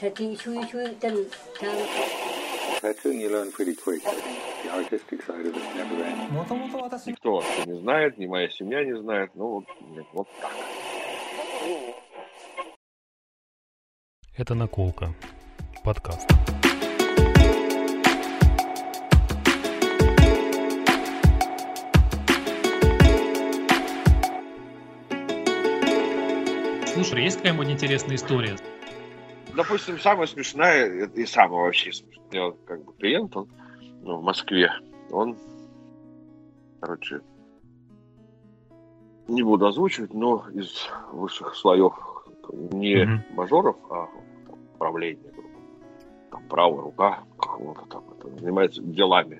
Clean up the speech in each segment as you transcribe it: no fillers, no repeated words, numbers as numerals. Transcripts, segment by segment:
Tattooing you learn pretty quick. The artistic side of it never ends. Никто вообще не знает, ни моя семья не знает. Ну, вот так. Это «Наколка». Подкаст. Слушай, есть какая-нибудь интересная история? Допустим, самая смешная и самая вообще смешная. У меня как бы клиент, он в Москве, он, короче, не буду озвучивать, но из высших слоев не мажоров, а управления, там правая рука какого-то там, занимается делами.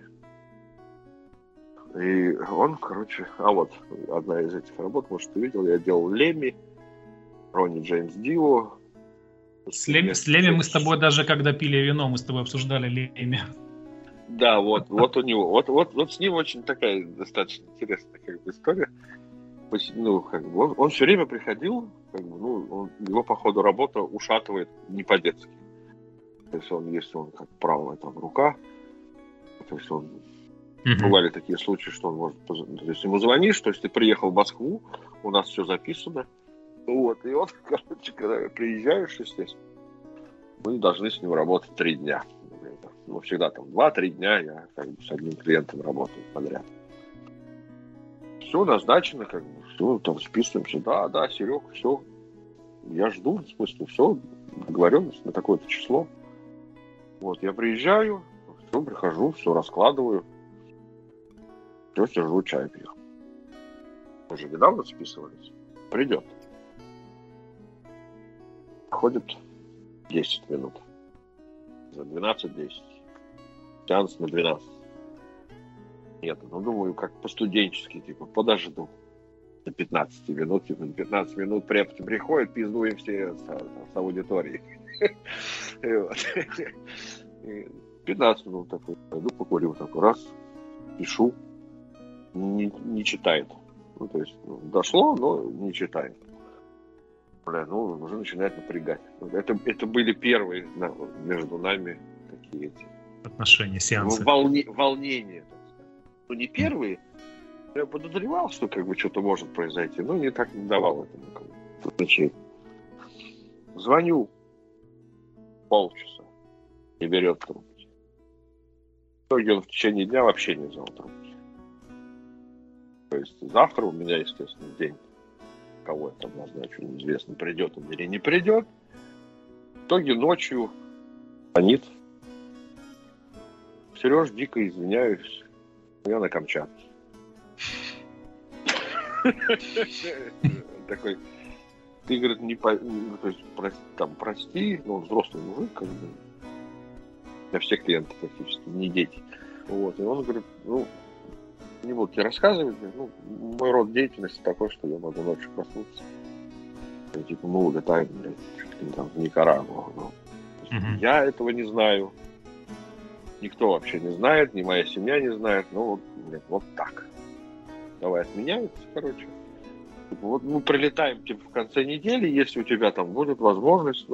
И он, короче, вот одна из этих работ, может, ты видел, я делал Лемми, Ронни Джеймс Дио. С Лемми мы с тобой даже когда пили вино, мы с тобой обсуждали Лемми. Да, вот у него, вот с ним очень такая достаточно интересная как бы история. Ну, как бы он все время приходил, как бы, ну, его по ходу работа ушатывает не по-детски. То есть если он как правая там рука, то есть он бывали такие случаи, что он может, то есть ему звонишь, то есть ты приехал в Москву, у нас все записано. Вот, и он, короче, когда приезжаешь, естественно, мы должны с ним работать 3 дня. Ну, всегда там 2-3 дня я как бы с одним клиентом работаю подряд. Все назначено, как бы, все, там списываемся. Да, Серег, все. Я жду, в смысле, все, договоренность на такое-то число. Вот, я приезжаю, все, прихожу, все раскладываю. Все, сижу, чай пью. Мы же недавно списывались. Придет. Ходит 10 минут. За 12-10. Сеанс на 12. Нет, ну думаю, как по-студенчески, типа, подожду. До 15 минут, типа, 15 минут препод приходит, пиздуем все с аудитории. 15 минут такой, пойду покурю, такой раз, пишу, не читает. Ну, то есть, дошло, но не читает. Уже начинает напрягать. Это были первые между нами такие эти отношения, сеансы. Волнения, так сказать. Ну, не первые. Я подозревал, что как бы что-то может произойти, но не так не давал этому значения. Звоню полчаса, не берет трубки. В итоге он в течение дня вообще не взял трубки. То есть завтра у меня, естественно, день. Кого я там назначу, неизвестно, придет он или не придет. В итоге ночью звонит. Сереж, дико извиняюсь, я на Камчатке. Такой, ты, говорит, прости, но он взрослый мужик, как бы. Для всех клиентов практически, не дети. Вот, и он говорит, не буду тебе рассказывать, мой род деятельности такой, что я могу ночью проснуться. Типа, мы улетаем, там, в Никарагуа. Я этого не знаю. Никто вообще не знает, ни моя семья не знает. Вот так. Давай отменяется, короче. Типа, вот мы прилетаем в конце недели, если у тебя там будет возможность,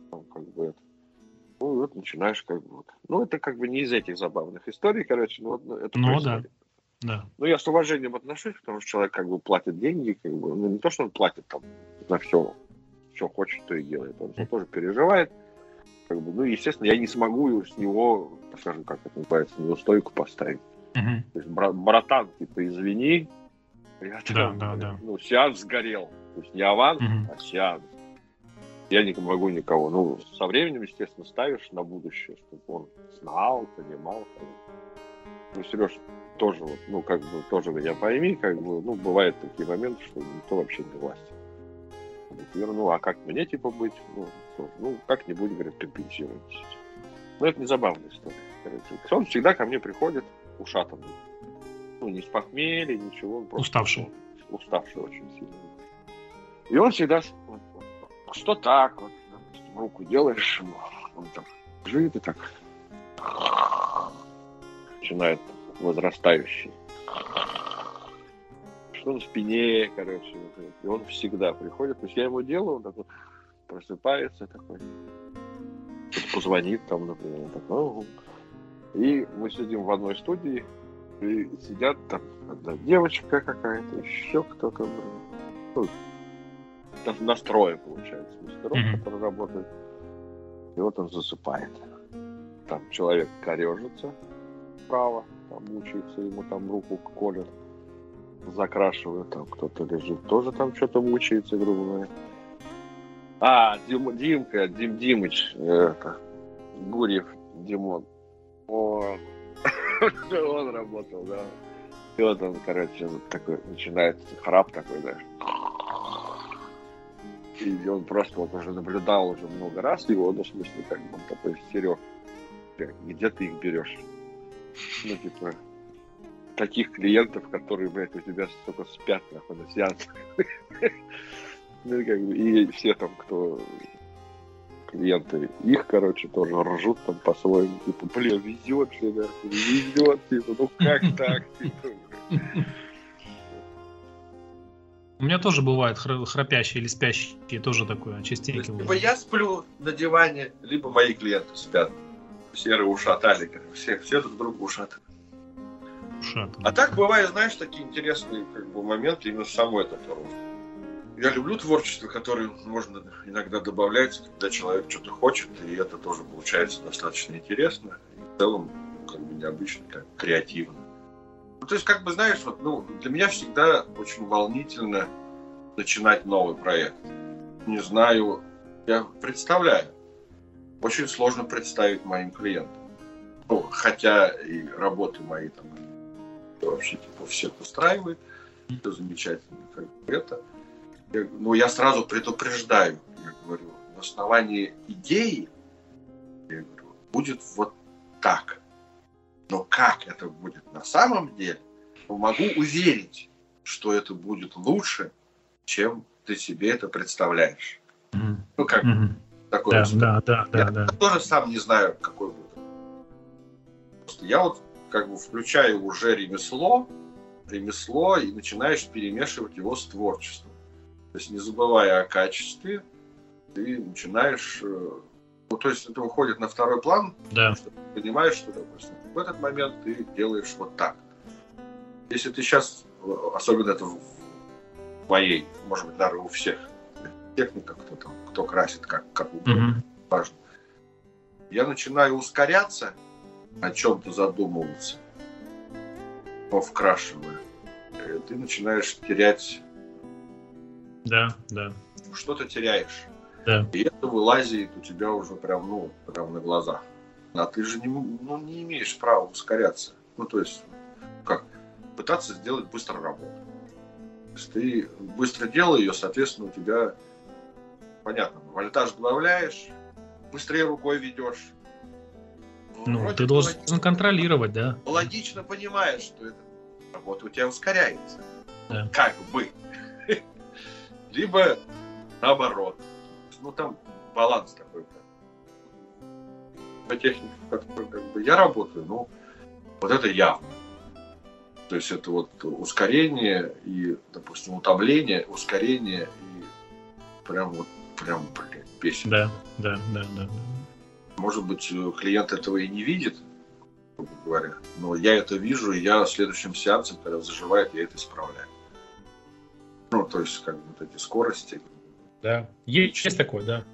начинаешь как бы это как бы не из этих забавных историй, короче, это происходит. Да. Я с уважением отношусь, потому что человек как бы платит деньги, как бы, не то, что он платит там на все, что хочет, то и делает. Он тоже переживает. Как бы, естественно, я не смогу с него, скажем, как это называется, неустойку поставить. То есть, братан, типа, извини, я сеанс сгорел. То есть не аванс, а сеанс. Я не могу никого. Со временем, естественно, ставишь на будущее, чтобы он знал, понимал. Сереж, тоже тоже меня пойми, бывают такие моменты, что никто вообще не властен. А как мне, быть? Как-нибудь, говорит, компенсируйтесь. Это не забавная история. Короче. Он всегда ко мне приходит ушатанный. Не с похмелья, ничего. Он просто уставший очень сильно. И он всегда, что так, руку делаешь, он там лежит и так начинает возрастающий. Что на спине, короче. И он всегда приходит. То есть я ему делаю, он такой просыпается такой. позвонит там, например, так, ну, и мы сидим в одной студии, и сидят там одна девочка какая-то, еще кто-то, ну, настрое, получается, мастеров, который работает. И вот он засыпает. Там человек корежится справа, там мучается, ему там руку колят, закрашивают, там кто-то лежит, тоже там что-то мучается, грубо говоря. Дим Димыч, Гурьев Димон. Он работал, да. И вот он, короче, такой, начинает храп такой, знаешь. И он просто вот уже наблюдал уже много раз его, ну, в смысле, как бы он такой, Серег, где ты их берешь? Ну, типа, таких клиентов, которые, блядь, у тебя столько спят, нахуй, на сеансах. Ну, как бы, и все там, кто клиенты их, короче, тоже ржут там по-своему, типа, блин, везет, что ли, везет, типа, ну как так, типа. У меня тоже бывает храпящие или спящие, тоже такое частенько. Либо я сплю на диване, либо мои клиенты спят. Серые ушатали, все друг друга ушатали. А так бывает, знаешь, такие интересные как бы моменты именно самой этой творчества. Я люблю творчество, которое можно иногда добавлять, когда человек что-то хочет, и это тоже получается достаточно интересно. И в целом, как бы необычно, как креативно. Ну, то есть, как бы, знаешь, вот, ну, для меня всегда очень волнительно начинать новый проект. Не знаю, я представляю. Очень сложно представить моим клиентам. Ну, хотя и работы мои там вообще типа всех устраивает, все замечательно, как бы это. Я сразу предупреждаю, я говорю, в основании идеи, я говорю, будет вот так. Но как это будет на самом деле, могу уверить, что это будет лучше, чем ты себе это представляешь. Ну, как такое. Да. Я тоже сам не знаю, какой будет. Просто я вот как бы включаю уже ремесло, и начинаешь перемешивать его с творчеством. То есть, не забывая о качестве, ты начинаешь... Ну, то есть, это выходит на второй план, потому что ты понимаешь, что, допустим, в этот момент ты делаешь вот так. Если ты сейчас, особенно это в моей, может быть, даже у всех техниках, кто красит, как угодно, важно. Я начинаю ускоряться, о чем-то задумываться, повкрашивая. Ты начинаешь терять... Да. Что-то теряешь. Да. И это вылазит у тебя уже прям на глазах. А ты же не имеешь права ускоряться. Ну, то есть, как? Пытаться сделать быстро работу. То есть ты быстро делаешь ее, соответственно, у тебя, понятно, вольтаж добавляешь, быстрее рукой ведешь. Ну, ты должен контролировать, да. Логично понимаешь, что эта работа у тебя ускоряется. Да. Как бы. Либо наоборот. Ну, там баланс такой. По технике, в которой как бы я работаю, ну, вот это явно. То есть это вот ускорение и, допустим, утомление, ускорение и прям, блин, бесит. Да. Может быть, клиент этого и не видит, грубо говоря, но я это вижу, и я следующим сеансом, когда заживает, я это исправляю. Ну, то есть, как бы вот эти скорости. Да, есть такое, да.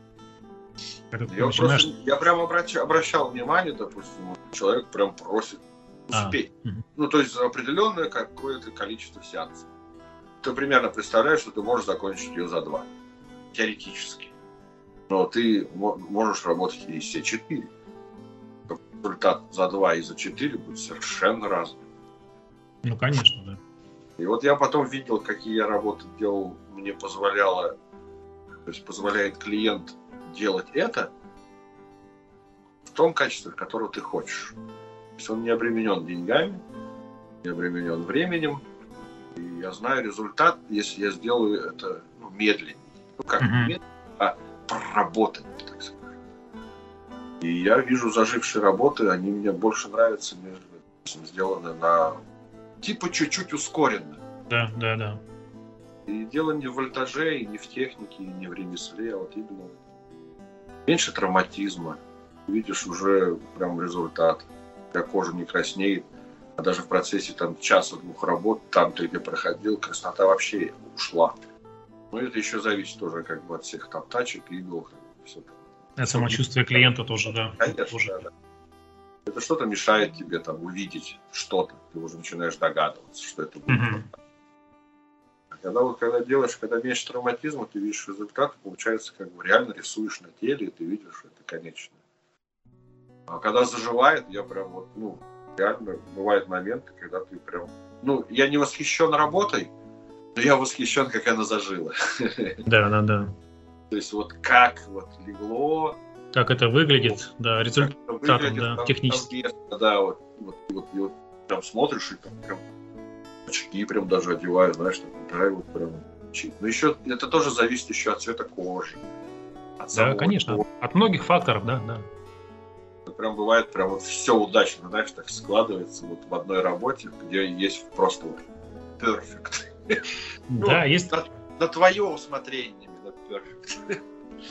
Я прям обращал внимание, допустим, вот человек прям просит успеть. Ну, то есть, за определенное какое-то количество сеансов. Ты примерно представляешь, что ты можешь закончить ее за 2. Теоретически. Но ты можешь работать и все 4. Результат за 2 и за 4 будет совершенно разным. Ну, конечно, да. И вот я потом видел, какие я работы делал, мне позволяет клиент делать это в том качестве, которого ты хочешь. То есть он не обременен деньгами, не обременен временем. И я знаю результат, если я сделаю это медленнее. Ну, как медленно, а проработаннее, так сказать. И я вижу зажившие работы, они мне больше нравятся, нежели сделаны на типа чуть-чуть ускоренно. Да. И дело не в вольтаже, и не в технике, и не в ремесле, а вот именно меньше травматизма, видишь уже прям результат. У тебя кожа не краснеет, а даже в процессе там часа-двух работ, там ты где проходил, краснота вообще ушла. Но это еще зависит тоже как бы от всех там тачек, игл, все. Это самочувствие клиента тоже, да. Конечно, тоже. да. Это что-то мешает тебе там увидеть что-то, ты уже начинаешь догадываться, что это будет. Когда делаешь, когда меньше травматизма, ты видишь результат, получается, как бы реально рисуешь на теле, и ты видишь, что это конечное. А когда заживает, я прям вот, реально бывают моменты, когда ты прям, я не восхищен работой, но я восхищен, как она зажила. Да. То есть вот как вот легло. Как это выглядит, да, результатом, да, технически. Да, вот прям смотришь и там прям очки прям даже одеваю, знаешь, да, и вот прям чит. Но еще это тоже зависит еще от цвета кожи. Да, конечно, от многих факторов, да. Это прям бывает, прям вот все удачно, знаешь, так складывается вот в одной работе, где есть просто вот перфект. Да, есть. На твое усмотрение именно перфект.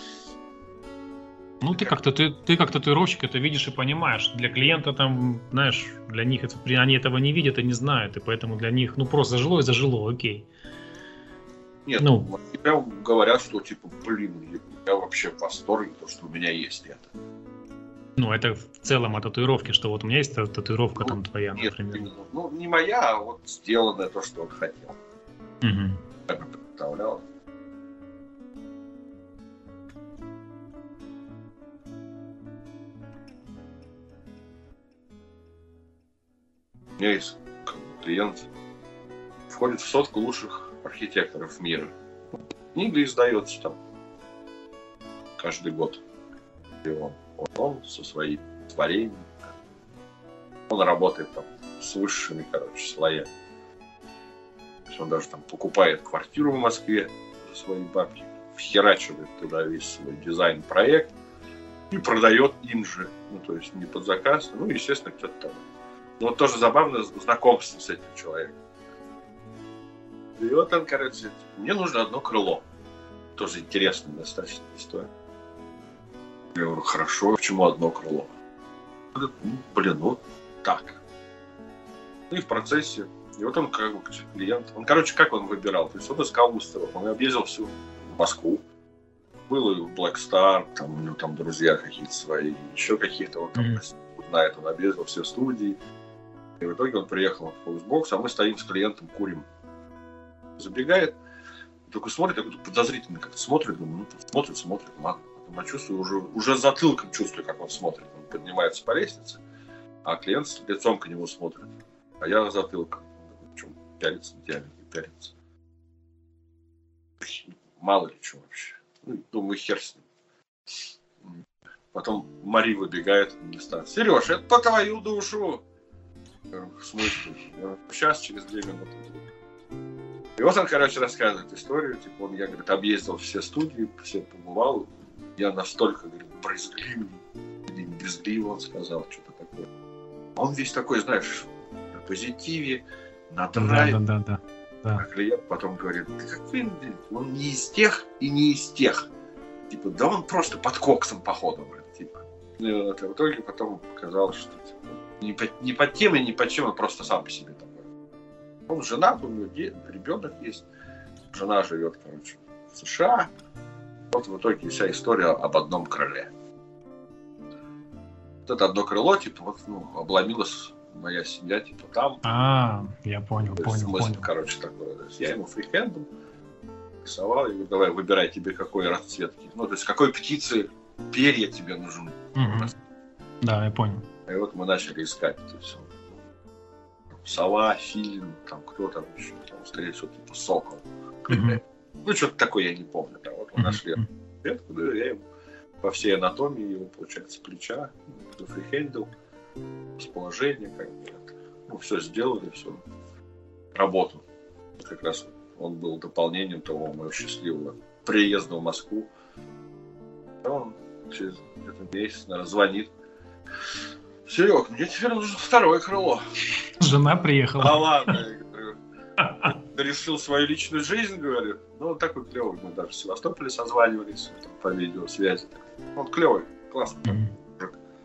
Ты как татуировщик это видишь и понимаешь. Для клиента там, знаешь, для них они этого не видят и не знают, и поэтому для них, просто зажило и зажило, окей. Нет, прям говорят, что типа, я вообще в восторге, то, что у меня есть это. Это в целом о татуировке, что вот у меня есть татуировка там твоя, например. Именно, не моя, а вот сделанное то, что он хотел. Как бы представлял. У меня есть клиент, входит в 100 лучших архитекторов мира. Книга издается там каждый год. И он со своими творениями. Он работает там с высшими, слоями. То есть он даже там покупает квартиру в Москве за свои бабки, вхерачивает туда весь свой дизайн-проект и продает им же. То есть не под заказ, естественно, кто-то там. Но тоже забавно знакомство с этим человеком. И вот он, мне нужно одно крыло. Тоже интересная достаточно история. Я говорю, хорошо, почему одно крыло? Он говорит, так. И в процессе, и вот он клиент, он, как он выбирал? То есть он искал мастеров, он объездил всю Москву. Был и в Black Star, там у него там друзья какие-то свои, еще каких-то, он там знает, он объездил все студии. И в итоге он приехал в Xbox, а мы стоим с клиентом, курим. Забегает, только смотрит, такой подозрительно как-то смотрит, думаю, смотрит, ладно. Потом я чувствую, уже затылком чувствую, как он смотрит. Он поднимается по лестнице, а клиент с лицом к нему смотрит. А я затылком. Чем пялится на тебя, не пялится. Мало ли что вообще. Думаю, хер с ним. Потом Мари выбегает на станцию. Сереж, это по твою душу. В смысле? Сейчас, через 2 минуты. И вот он, рассказывает историю. Типа он, объездил все студии, все побывал. Я настолько, брезгливый, или брезгливый, он сказал, что-то такое. Он весь такой, знаешь, на позитиве, на драйве. Да. А клиент потом говорит, ты какой он не из тех и не из тех. Типа, да он просто под коксом, походу, типа. И вот, в итоге потом показалось, что не под тем и не под чем, он просто сам по себе такой. Он женат, у него ребенок есть. Жена живет, в США. Вот в итоге вся история об одном крыле. Вот это одно крыло, типа, обломилась моя семья, типа, там. Я понял. Такое. Я ему фрихендом рисовал, и говорю, давай, выбирай тебе какой расцветки. То есть, какой птицы перья тебе нужны. Да, я понял. И вот мы начали искать это все. Сова, филин, там кто там еще, скорее всего, типа сокол. Что-то такое я не помню. Да. Вот мы нашли ветку, да, я ему по всей анатомии его, получается, плеча, фрихендил, расположение, все сделали, все. Работу. Как раз он был дополнением того моего счастливого приезда в Москву. Он через где-то месяц, наверное, звонит. Серег, мне теперь нужно второе крыло. Жена приехала. А ладно, я говорю. Решил свою личную жизнь, говорю. Он такой клевый. Мы даже в Севастополе созванивались по видеосвязи. Он клевый, классный.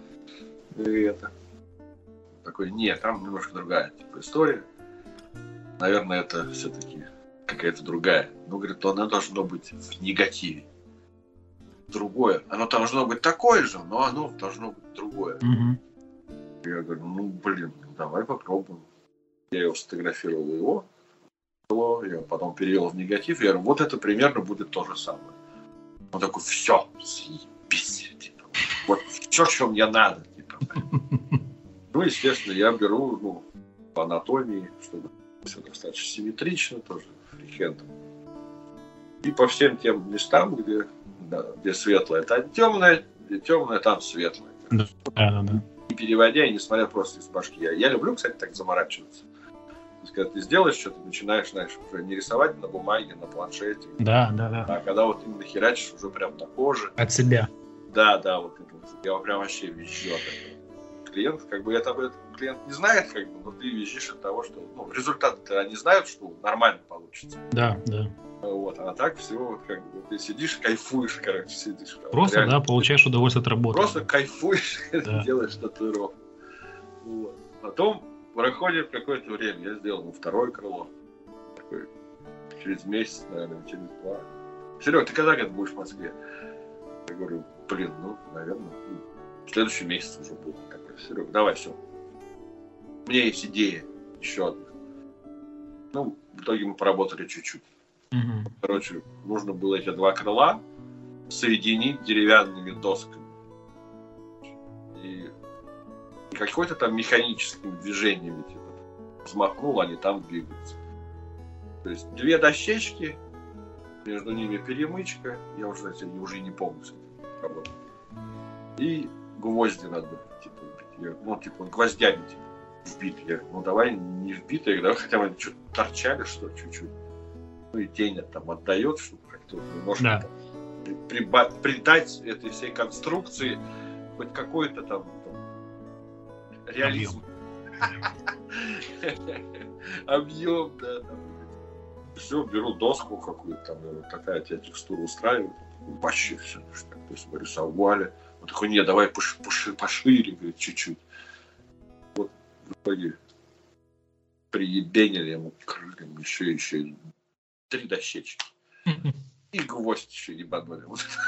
И это. Такой, нет, там немножко другая типа история. Наверное, это все-таки какая-то другая. Ну, говорит, то она должно быть в негативе. Другое. Оно должно быть такое же, но оно должно быть другое. Я говорю, ну, блин, давай попробуем. Я его сфотографировал, я потом перевел в негатив. Я говорю, вот это примерно будет то же самое. Он такой, все, съебись. Типа, вот все, что мне надо. Типа. Ну, естественно, я беру по анатомии, чтобы все достаточно симметрично, тоже фрихендом. И по всем тем местам, где светлое, там темное, где темное, там светлое. Да. Не переводя и не смотря просто из башки. Я люблю, кстати, так заморачиваться. То есть, когда ты сделаешь что-то, начинаешь, знаешь, уже не рисовать на бумаге, на планшете. Да. А когда вот именно херачишь уже прям на коже. От себя. Да, вот это вот. Я прям вообще визжу от этого. Клиент, клиент не знает, но ты визжишь от того, что результаты-то они знают, что нормально получится. Да. Вот, а так все, вот ты сидишь, кайфуешь, сидишь. Просто, реально, получаешь удовольствие от работы. Просто кайфуешь, делаешь татуировку. Вот. Потом проходит какое-то время, я сделал второе крыло. Такой, через месяц, наверное, через 2. Серег, ты когда будешь в Москве? Я говорю, наверное, в следующий месяц уже будет. Серега, давай, все. У меня есть идея еще одна. В итоге мы поработали чуть-чуть. Короче, нужно было эти 2 крыла соединить деревянными досками. И какой-то там механическими движениями взмахнул, они там двигаются. То есть 2 дощечки, между ними перемычка, я уже не помню, с этим работал. И гвозди надо гвоздями вбить. Я говорю, давай не вбитые, давай хотя бы что-то торчали, что чуть-чуть. И тень там отдает, чтобы как-то немножко придать этой всей конструкции хоть какой-то там реализм. Объем, да. Все, беру доску какую-то, такая тебя текстура устраивает. Вообще все, то есть мы рисовали. Он такой, нет, давай пошире, говорит, чуть-чуть. Вот в итоге приебенили ему крыльям еще 3 дощечки. И гвоздь еще ебанули.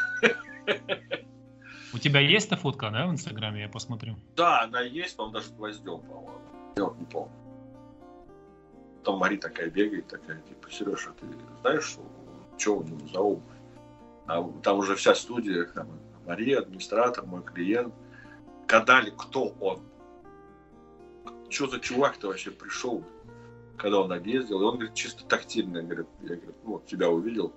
У тебя есть эта фотка, да, в Инстаграме, я посмотрю? Да, она есть, по-моему, даже с гвоздем, по-моему. Я вот не помню. Там Мари такая бегает, такая, типа, Сережа, ты знаешь, что у него за обувь? А там уже вся студия, там, Мария, администратор, мой клиент, гадали, кто он. Что за чувак-то вообще пришел, когда он объездил. И он говорит, чисто тактильно, говорит, я говорю, тебя увидел.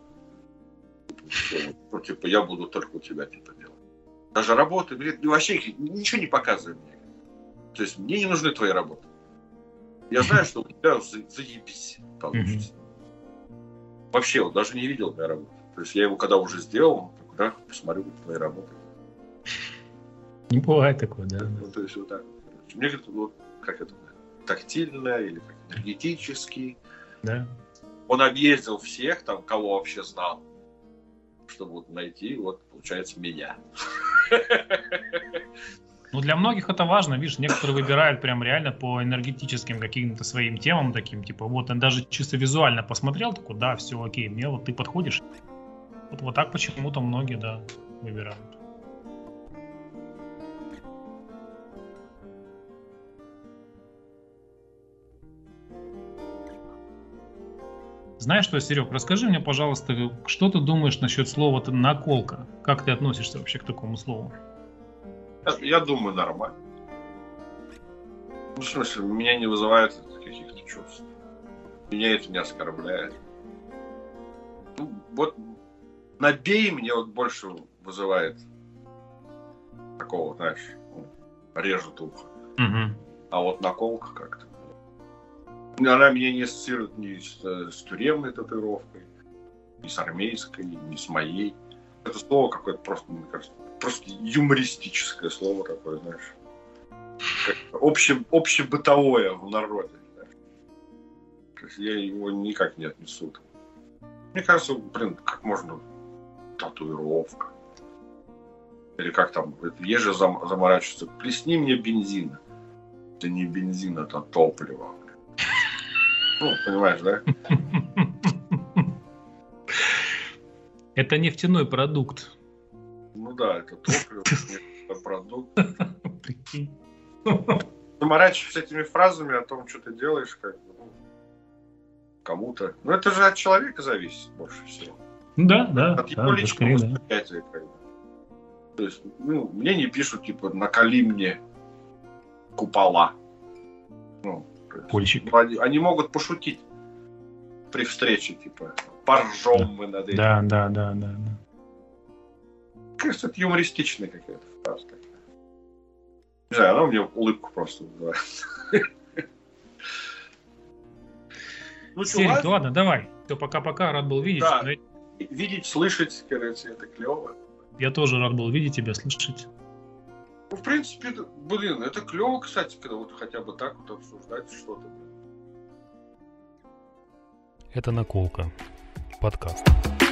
Я буду только у тебя, делать. Даже работы, говорит, вообще ничего не показывай мне. То есть мне не нужны твои работы. Я знаю, что у тебя заебись получится. Вообще, он даже не видел моей работы. То есть я его когда уже сделал, да, посмотрю твои работы. Не бывает такого, да. То есть вот так. Мне говорят, как это, тактильно или как энергетический. Да. Он объездил всех, там, кого вообще знал, чтобы найти, получается, меня. Для многих это важно, видишь, некоторые выбирают прям реально по энергетическим каким-то своим темам таким, типа, он даже чисто визуально посмотрел, такой, да, все окей, мне ты подходишь. Вот так почему-то многие, да, выбирают. Знаешь что, Серег, расскажи мне, пожалуйста, что ты думаешь насчет слова «наколка»? Как ты относишься вообще к такому слову? Я думаю, нормально. В смысле, меня не вызывает каких-то чувств. Меня это не оскорбляет. Набей мне больше вызывает такого, знаешь, режет ухо. А наколка как-то. Она меня не ассоциирует ни с тюремной татуировкой, ни с армейской, ни с моей. Это слово какое-то просто, мне кажется, просто юмористическое слово такое, знаешь. Общебытовое в народе. Знаешь. То есть я его никак не отнесу. Мне кажется, как можно татуировка. Или как там, есть же заморачиваться, плесни мне бензин. Это не бензин, это топливо. Ну, понимаешь, да? Это нефтяной продукт. Ну да, это топливо, нефтяной продукт. Заморачиваться этими фразами о том, что ты делаешь, как бы, кому-то. Ну, это же от человека зависит больше всего. Да. От его личного восприятия, как бы. То есть, ну, мне не пишут, типа, наколи мне купола. Ну, Польщик. Они могут пошутить при встрече, типа, поржем мы над этим. Да. Кажется, это юмористичная какая-то фраза такая. Не знаю, она мне улыбку просто вызывает. Ну, Серик, ладно, давай. Все, пока-пока, рад был видеть. Да. Видеть, слышать, короче, это клево. Я тоже рад был видеть тебя, слышать. Ну, в принципе, блин, это клево, кстати, когда вот хотя бы так вот обсуждать что-то. Это «Наколка». Подкаст.